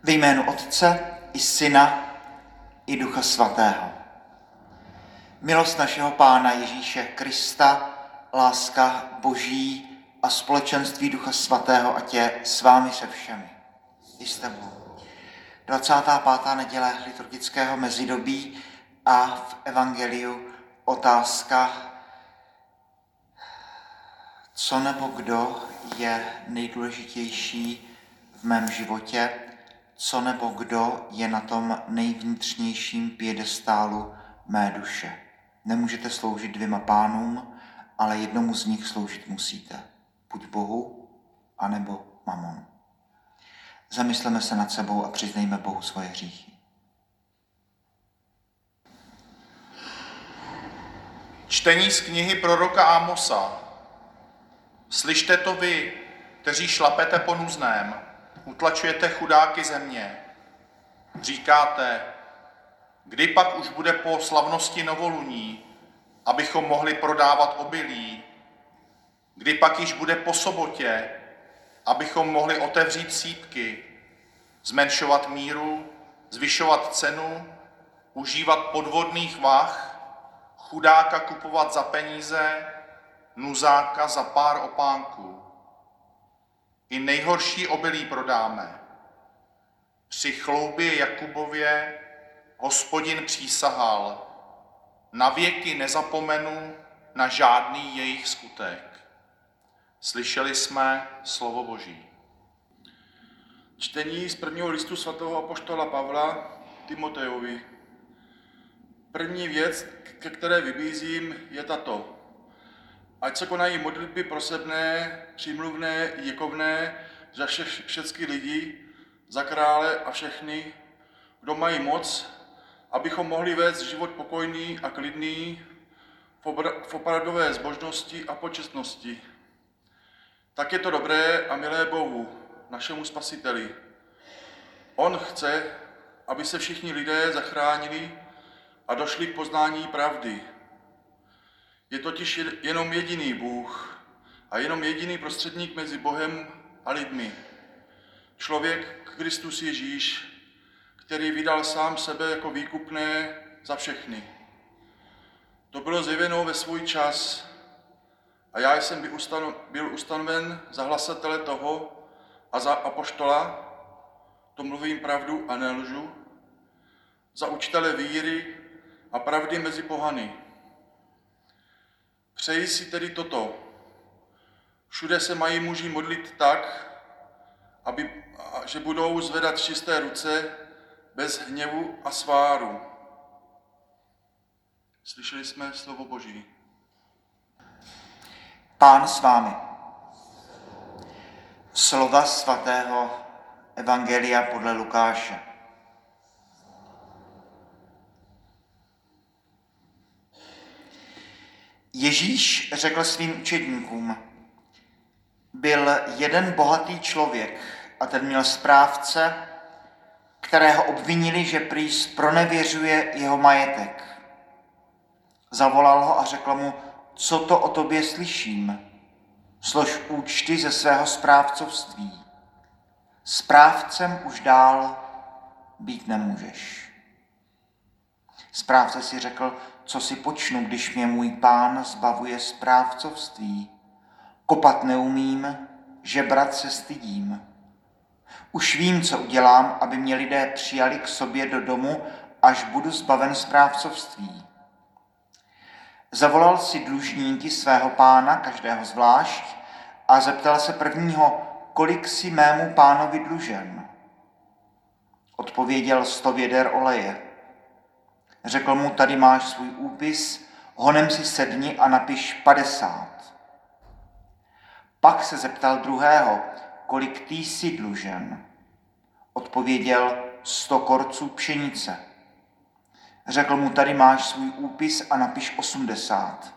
Ve jménu Otce i Syna i Ducha Svatého. Milost našeho Pána Ježíše Krista, láska Boží a společenství Ducha Svatého, ať je s vámi se všemi. I s tebou. 25. neděle liturgického mezidobí a v evangeliu otázka, co nebo kdo je nejdůležitější v mém životě, co nebo kdo je na tom nejvnitřnějším piedestálu mé duše. Nemůžete sloužit dvěma pánům, ale jednomu z nich sloužit musíte. Buď Bohu, anebo mamonu. Zamysleme se nad sebou a přiznejme Bohu svoje hříchy. Čtení z knihy proroka Ámosa. Slyšte to vy, kteří šlapete po nuzném, utlačujete chudáky země. Říkáte, kdy pak už bude po slavnosti novoluní, abychom mohli prodávat obilí? Kdy pak již bude po sobotě, abychom mohli otevřít sýpky, zmenšovat míru, zvyšovat cenu, užívat podvodných vah, chudáka kupovat za peníze, nuzáka za pár opánků. I nejhorší obilí prodáme. Při chloubě Jakubově Hospodin přísahal, navěky nezapomenu na žádný jejich skutek. Slyšeli jsme slovo Boží. Čtení z prvního listu svatého apoštola Pavla Timotejovi. První věc, ke které vybízím, je tato. Ať se konají modlitby prosebné, přímluvné i děkovné za všechny lidi, za krále a všechny, kdo mají moc, abychom mohli vést život pokojný a klidný v opravdové zbožnosti a počestnosti. Tak je to dobré a milé Bohu, našemu Spasiteli. On chce, aby se všichni lidé zachránili a došli k poznání pravdy. Je totiž jenom jediný Bůh a jenom jediný prostředník mezi Bohem a lidmi. Člověk Kristus Ježíš, který vydal sám sebe jako výkupné za všechny. To bylo zjeveno ve svůj čas a já jsem byl ustanoven za hlasatele toho a za apoštola, to mluvím pravdu a nelžu, za učitele víry a pravdy mezi pohany. Přeji si tedy toto. Všude se mají muži modlit tak, že budou zvedat čisté ruce bez hněvu a sváru. Slyšeli jsme slovo Boží. Pán s vámi. Slova svatého evangelia podle Lukáše. Ježíš řekl svým učedníkům, byl jeden bohatý člověk a ten měl správce, kterého obvinili, že prý zpronevěřuje jeho majetek. Zavolal ho a řekl mu, co to o tobě slyším? Slož účty ze svého správcovství. Správcem už dál být nemůžeš. Správce si řekl, co si počnu, když mě můj pán zbavuje správcovství. Kopat neumím, žebrat se stydím. Už vím, co udělám, aby mě lidé přijali k sobě do domu, až budu zbaven správcovství. Zavolal si dlužníky svého pána, každého zvlášť, a zeptal se prvního, kolik si mému pánovi dlužen. Odpověděl 100 věder oleje. Řekl mu, tady máš svůj úpis, honem si sedni a napiš 50. Pak se zeptal druhého, kolik ty jsi dlužen. Odpověděl 100 korců pšenice. Řekl mu, tady máš svůj úpis a napiš 80.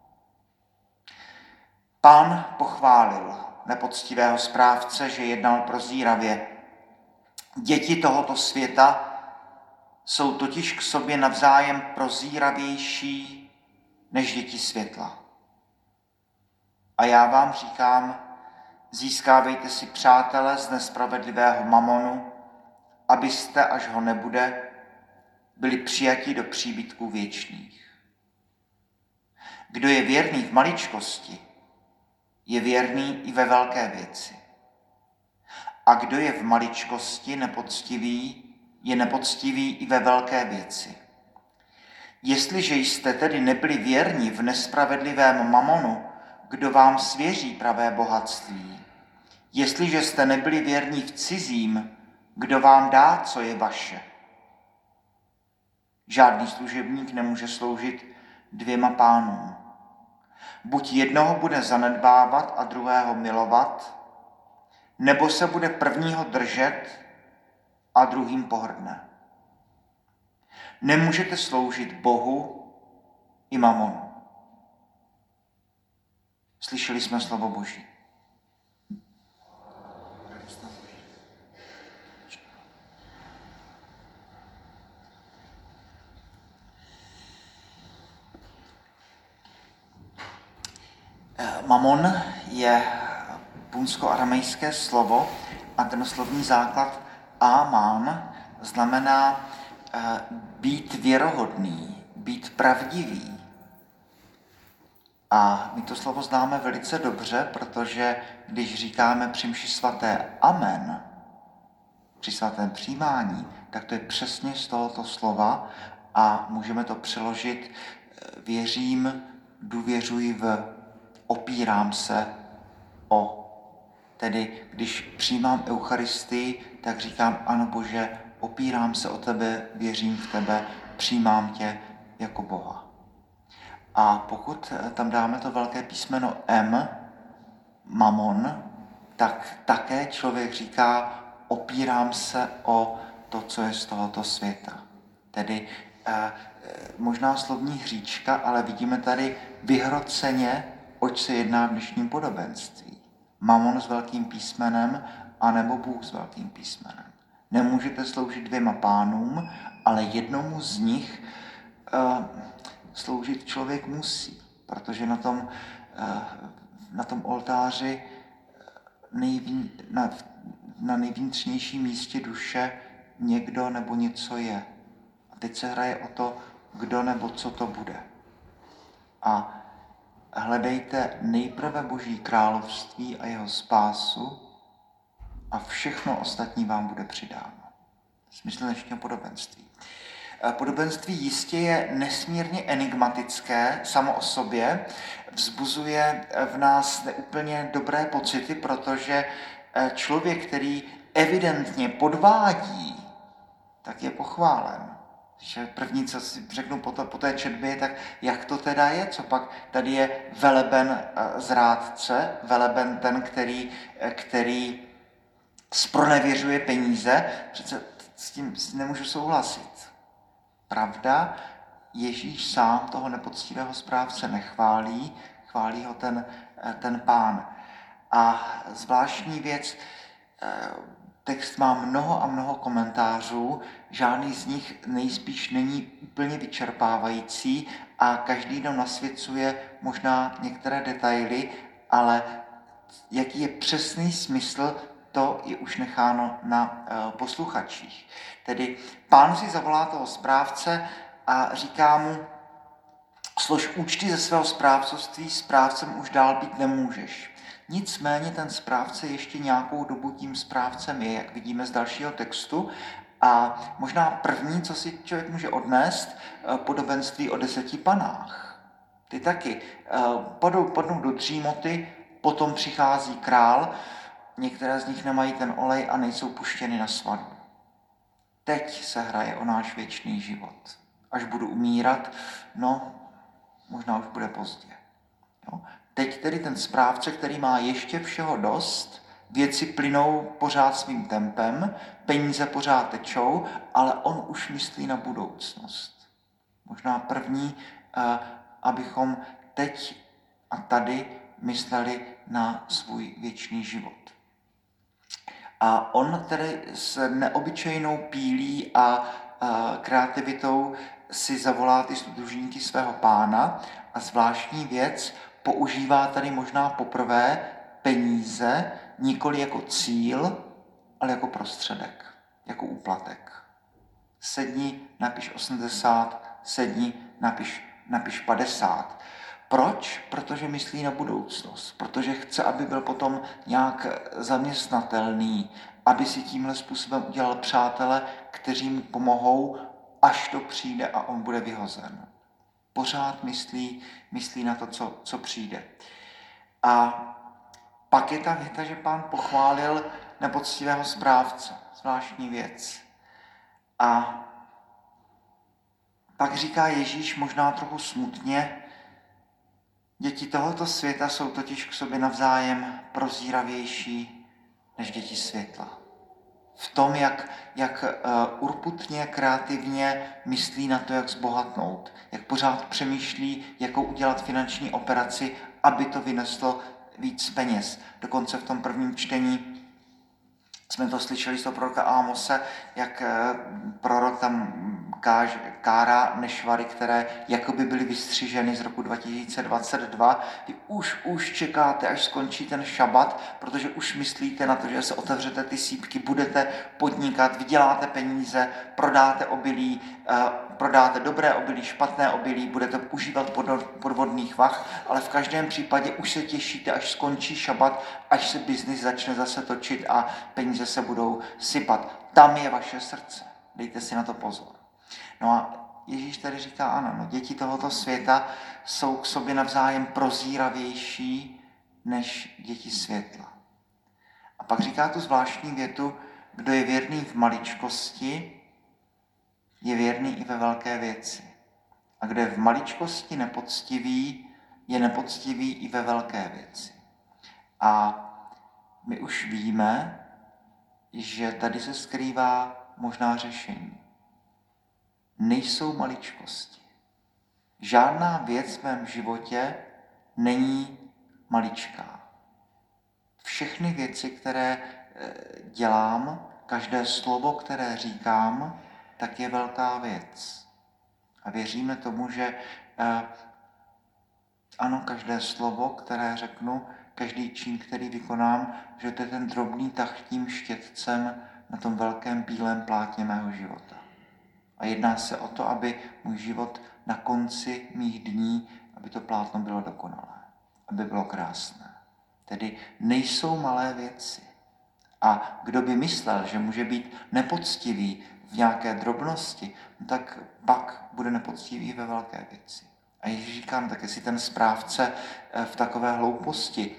Pán pochválil nepoctivého správce, že jednal prozíravě. Děti tohoto světa jsou totiž k sobě navzájem prozíravější než děti světla. A já vám říkám, získávejte si přátele z nespravedlivého mamonu abyste, až ho nebude, byli přijati do příbytků věčných. Kdo je věrný v maličkosti, je věrný i ve velké věci. A kdo je v maličkosti nepoctivý, je nepoctivý i ve velké věci. Jestliže jste tedy nebyli věrní v nespravedlivém mamonu, kdo vám svěří pravé bohatství? Jestliže jste nebyli věrní v cizím, kdo vám dá, co je vaše? Žádný služebník nemůže sloužit dvěma pánům. Buď jednoho bude zanedbávat a druhého milovat, nebo se bude prvního držet a druhým pohrdne. Nemůžete sloužit Bohu i mamonu. Slyšeli jsme slovo Boží. Mamon je punsko-aramejské slovo a ten slovní základ Aman znamená být věrohodný, být pravdivý. A my to slovo známe velice dobře, protože když říkáme při mši svaté amen, při svatém přijímání, tak to je přesně z tohoto slova a můžeme to přeložit věřím, důvěřuji opírám se o. Tedy když přijímám Eucharistii, tak říkám, ano Bože, opírám se o tebe, věřím v tebe, přijímám tě jako Boha. A pokud tam dáme to velké písmeno M, mamon, tak také člověk říká, opírám se o to, co je z tohoto světa. Tedy možná slovní hříčka, ale vidíme tady vyhroceně, oč se jedná v dnešním podobenství. Mamon s velkým písmenem, anebo Bůh s velkým písmenem. Nemůžete sloužit dvěma pánům, ale jednomu z nich sloužit člověk musí, protože na tom oltáři na nejvnitřnějším místě duše někdo nebo něco je. A teď se hraje o to, kdo nebo co to bude. A hledejte nejprve Boží království a jeho spásu a všechno ostatní vám bude přidáno. Smysl dnešního podobenství. Podobenství jistě je nesmírně enigmatické samo o sobě, vzbuzuje v nás neúplně dobré pocity, protože člověk, který evidentně podvádí, tak je pochválen. Že první, co si řeknu po té četbě, tak jak to teda je, co pak tady je veleben zrádce, veleben ten, který zpronevěřuje peníze, přece s tím nemůžu souhlasit. Pravda, Ježíš sám toho nepoctivého správce nechválí, chválí ho ten pán. A zvláštní věc, text má mnoho a mnoho komentářů, žádný z nich nejspíš není úplně vyčerpávající a každý nám nasvěcuje možná některé detaily, ale jaký je přesný smysl, to je už necháno na posluchačích. Tedy pán si zavolá toho správce a říká mu, slož účty ze svého správcovství, správcem už dál být nemůžeš. Nicméně ten správce ještě nějakou dobu tím správcem je, jak vidíme z dalšího textu. A možná první, co si člověk může odnést, podobenství o 10 panách. Ty taky padnou do dřímoty, potom přichází král, některé z nich nemají ten olej a nejsou puštěny na svatbu. Teď se hraje o náš věčný život. Až budu umírat, no, možná už bude pozdě. Jo? Teď tedy ten správce, který má ještě všeho dost, věci plynou pořád svým tempem, peníze pořád tečou, ale on už myslí na budoucnost. Možná první, abychom teď a tady mysleli na svůj věčný život. A on tedy s neobyčejnou pílí a kreativitou si zavolá ty dlužníky svého pána a zvláštní věc, používá tady možná poprvé peníze nikoli jako cíl, ale jako prostředek. jako úplatek. Sedni, napiš 80, sedni, napiš 50. Proč? Protože myslí na budoucnost. Protože chce, aby byl potom nějak zaměstnatelný, aby si tímhle způsobem udělal přátele, kteří mu pomohou, až to přijde a on bude vyhozen. Pořád myslí na to, co přijde. A pak je ta věta, že Pán pochválil nepoctivého správce. Zvláštní věc. A pak říká Ježíš možná trochu smutně, děti tohoto světa jsou totiž k sobě navzájem prozíravější než děti světla. V tom, jak urputně, kreativně myslí na to, jak zbohatnout, jak pořád přemýšlí, jakou udělat finanční operaci, aby to vyneslo víc peněz. Dokonce v tom prvním čtení jsme to slyšeli z toho proroka Ámose, jak prorok tam kárá nešvary, které jakoby byly vystřiženy z roku 2022. Vy už čekáte, až skončí ten šabat, protože už myslíte na to, že se otevřete ty sýpky, budete podnikat, vyděláte peníze, prodáte obilí, prodáte dobré obilí, špatné obilí, budete užívat podvodných vah, ale v každém případě už se těšíte, až skončí šabat, až se biznis začne zase točit a peníze se budou sypat. Tam je vaše srdce. Dejte si na to pozor. No a Ježíš tady říká, ano, děti tohoto světa jsou k sobě navzájem prozíravější než děti světla. A pak říká tu zvláštní větu, kdo je věrný v maličkosti, je věrný i ve velké věci. A kdo je v maličkosti nepoctivý, je nepoctivý i ve velké věci. A my už víme, že tady se skrývá možná řešení. Nejsou maličkosti. Žádná věc v mém životě není maličká. Všechny věci, které dělám, každé slovo, které říkám, tak je velká věc. A věříme tomu, že ano, každé slovo, které řeknu, každý čin, který vykonám, že to je ten drobný tah tím štětcem na tom velkém bílém plátně mého života. A jedná se o to, aby můj život na konci mých dní, aby to plátno bylo dokonalé, aby bylo krásné. Tedy nejsou malé věci. A kdo by myslel, že může být nepoctivý v nějaké drobnosti, tak pak bude nepoctivý ve velké věci. A Ježíš říká, tak jestli ten správce v takové hlouposti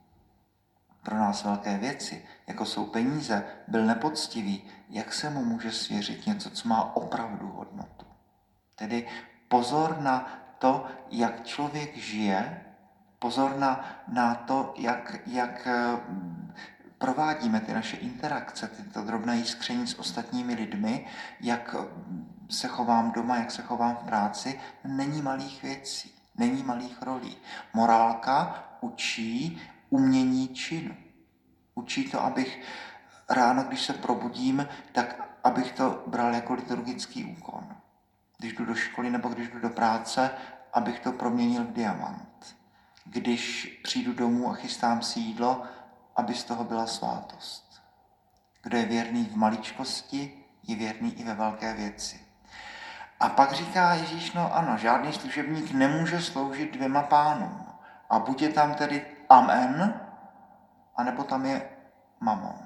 pro nás velké věci, jako jsou peníze, byl nepoctivý, jak se mu může svěřit něco, co má opravdu hodnotu. Tedy pozor na to, jak člověk žije, pozor na to, jak provádíme ty naše interakce, tyto drobné jiskření s ostatními lidmi, jak se chovám doma, jak se chovám v práci, není malých věcí, není malých rolí. Morálka učí umění činu. Učí to, abych ráno, když se probudím, tak abych to bral jako liturgický úkon. Když jdu do školy nebo když jdu do práce, abych to proměnil v diamant. Když přijdu domů a chystám si jídlo, aby z toho byla svátost. Kdo je věrný v maličkosti, je věrný i ve velké věci. A pak říká Ježíš, no ano, žádný služebník nemůže sloužit dvěma pánům. A buď je tam tedy amen, anebo tam je mamon.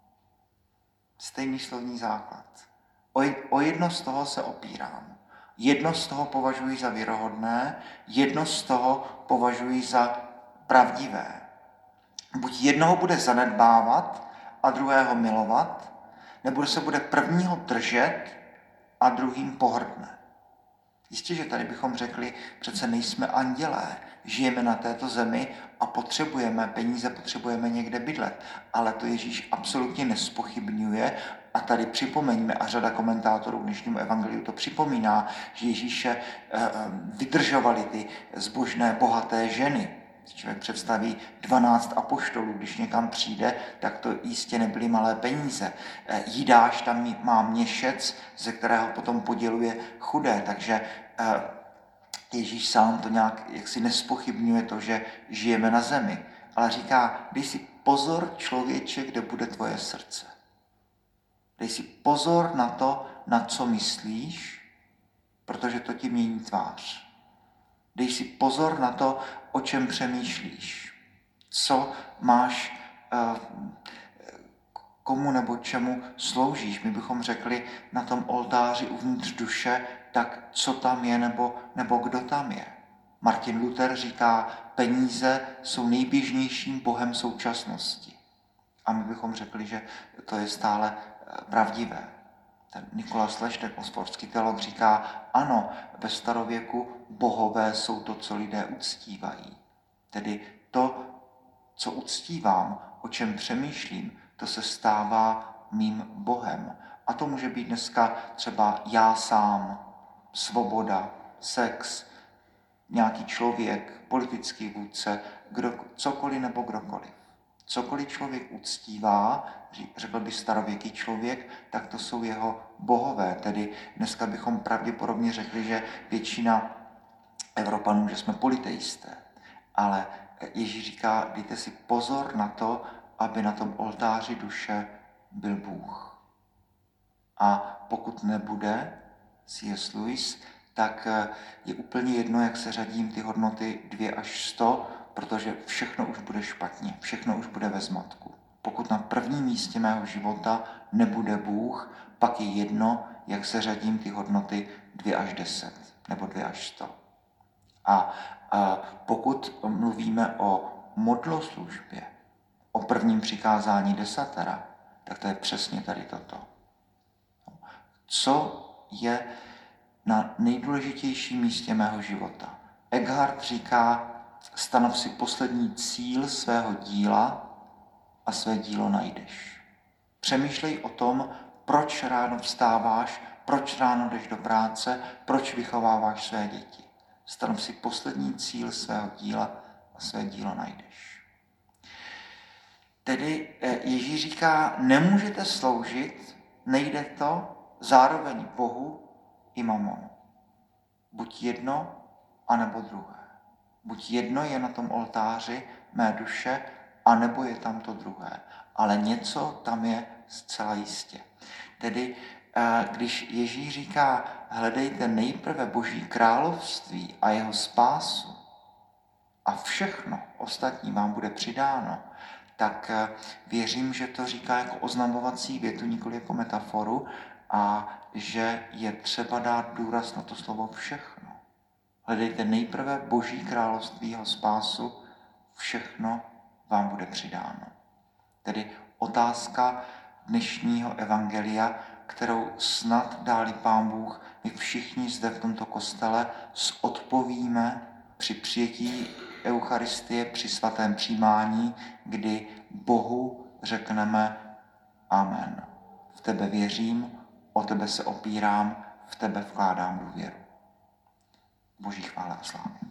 Stejný slovní základ. O jedno z toho se opírám. Jedno z toho považuji za věrohodné, jedno z toho považuji za pravdivé. Buď jednoho bude zanedbávat a druhého milovat, nebo se bude prvního držet a druhým pohrdne. Jistě, že tady bychom řekli, přece nejsme andělé, žijeme na této zemi a potřebujeme peníze, potřebujeme někde bydlet. Ale to Ježíš absolutně nespochybňuje a tady připomeňme, a řada komentátorů k dnešnímu evangeliu to připomíná, že Ježíše vydržovali ty zbožné, bohaté ženy. Člověk představí 12 apoštolů, když někam přijde, tak to jistě nebyly malé peníze. Jidáš tam má měšec, ze kterého potom poděluje chudé, takže Ježíš sám to nějak jaksi nespochybňuje to, že žijeme na zemi, ale říká, dej si pozor člověče, kde bude tvoje srdce. Dej si pozor na to, na co myslíš, protože to ti mění tvář. Dej si pozor na to, o čem přemýšlíš, co máš, komu nebo čemu sloužíš. My bychom řekli na tom oltáři uvnitř duše, tak co tam je nebo kdo tam je. Martin Luther říká, peníze jsou nejběžnějším bohem současnosti. A my bychom řekli, že to je stále pravdivé. Ten Nikolas Leštek, oxfordský teolog, říká, ano, ve starověku bohové jsou to, co lidé uctívají. Tedy to, co uctívám, o čem přemýšlím, to se stává mým bohem. A to může být dneska třeba já sám, svoboda, sex, nějaký člověk, politický vůdce, cokoliv nebo kdokoliv. Cokoliv člověk uctívá, řekl by starověký člověk, tak to jsou jeho bohové. Tedy dneska bychom pravděpodobně řekli, že většina Evropanů, že jsme politeisté. Ale Ježíš říká, dejte si pozor na to, aby na tom oltáři duše byl Bůh. A pokud nebude, C.S. Lewis, tak je úplně jedno, jak se řadím ty hodnoty 2 až 100, protože všechno už bude špatně, všechno už bude ve zmatku. Pokud na prvním místě mého života nebude Bůh, pak je jedno, jak se řadím ty hodnoty 2 až 10 nebo 2 až 100. A pokud mluvíme o modloslužbě, o prvním přikázání desatera, tak to je přesně tady toto. Co je na nejdůležitějším místě mého života? Eckhart říká, stanov si poslední cíl svého díla a své dílo najdeš. Přemýšlej o tom, proč ráno vstáváš, proč ráno jdeš do práce, proč vychováváš své děti. Stanov si poslední cíl svého díla a své dílo najdeš. Tedy Ježíš říká, nemůžete sloužit, nejde to, zároveň Bohu i mamonu. Buď jedno, anebo druhé. Buď jedno je na tom oltáři mé duše, anebo je tam to druhé. Ale něco tam je zcela jistě. Tedy když Ježíš říká, hledejte nejprve Boží království a jeho spásu a všechno ostatní vám bude přidáno, tak věřím, že to říká jako oznamovací větu, nikoli jako metaforu, a že je třeba dát důraz na to slovo všechno. Hledejte nejprve Boží království, jeho spásu, všechno vám bude přidáno. Tedy otázka dnešního evangelia, kterou snad dá-li Pán Bůh, my všichni zde v tomto kostele odpovíme při přijetí Eucharistie, při svatém přijímání, kdy Bohu řekneme amen. V tebe věřím, o tebe se opírám, v tebe vkládám důvěru. Boží chvála a sláva.